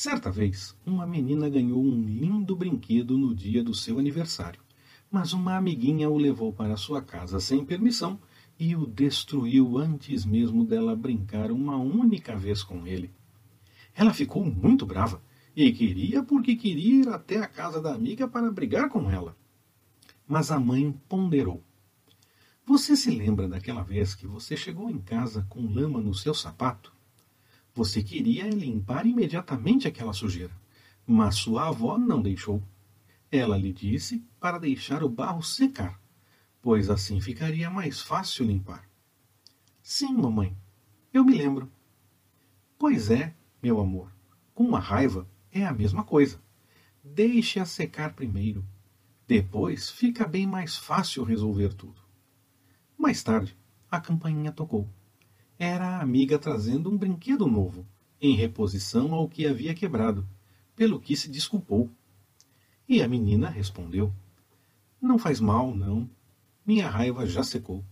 Certa vez, uma menina ganhou um lindo brinquedo no dia do seu aniversário, mas uma amiguinha o levou para sua casa sem permissão e o destruiu antes mesmo dela brincar uma única vez com ele. Ela ficou muito brava e queria porque queria ir até a casa da amiga para brigar com ela. Mas a mãe ponderou. Você se lembra daquela vez que você chegou em casa com lama no seu sapato? Você queria limpar imediatamente aquela sujeira, mas sua avó não deixou. Ela lhe disse para deixar o barro secar, pois assim ficaria mais fácil limpar. Sim, mamãe, eu me lembro. Pois é, meu amor, com a raiva é a mesma coisa. Deixe-a secar primeiro. Depois fica bem mais fácil resolver tudo. Mais tarde, a campainha tocou. Era a amiga trazendo um brinquedo novo, em reposição ao que havia quebrado, pelo que se desculpou. E a menina respondeu: Não faz mal, não. Minha raiva já secou.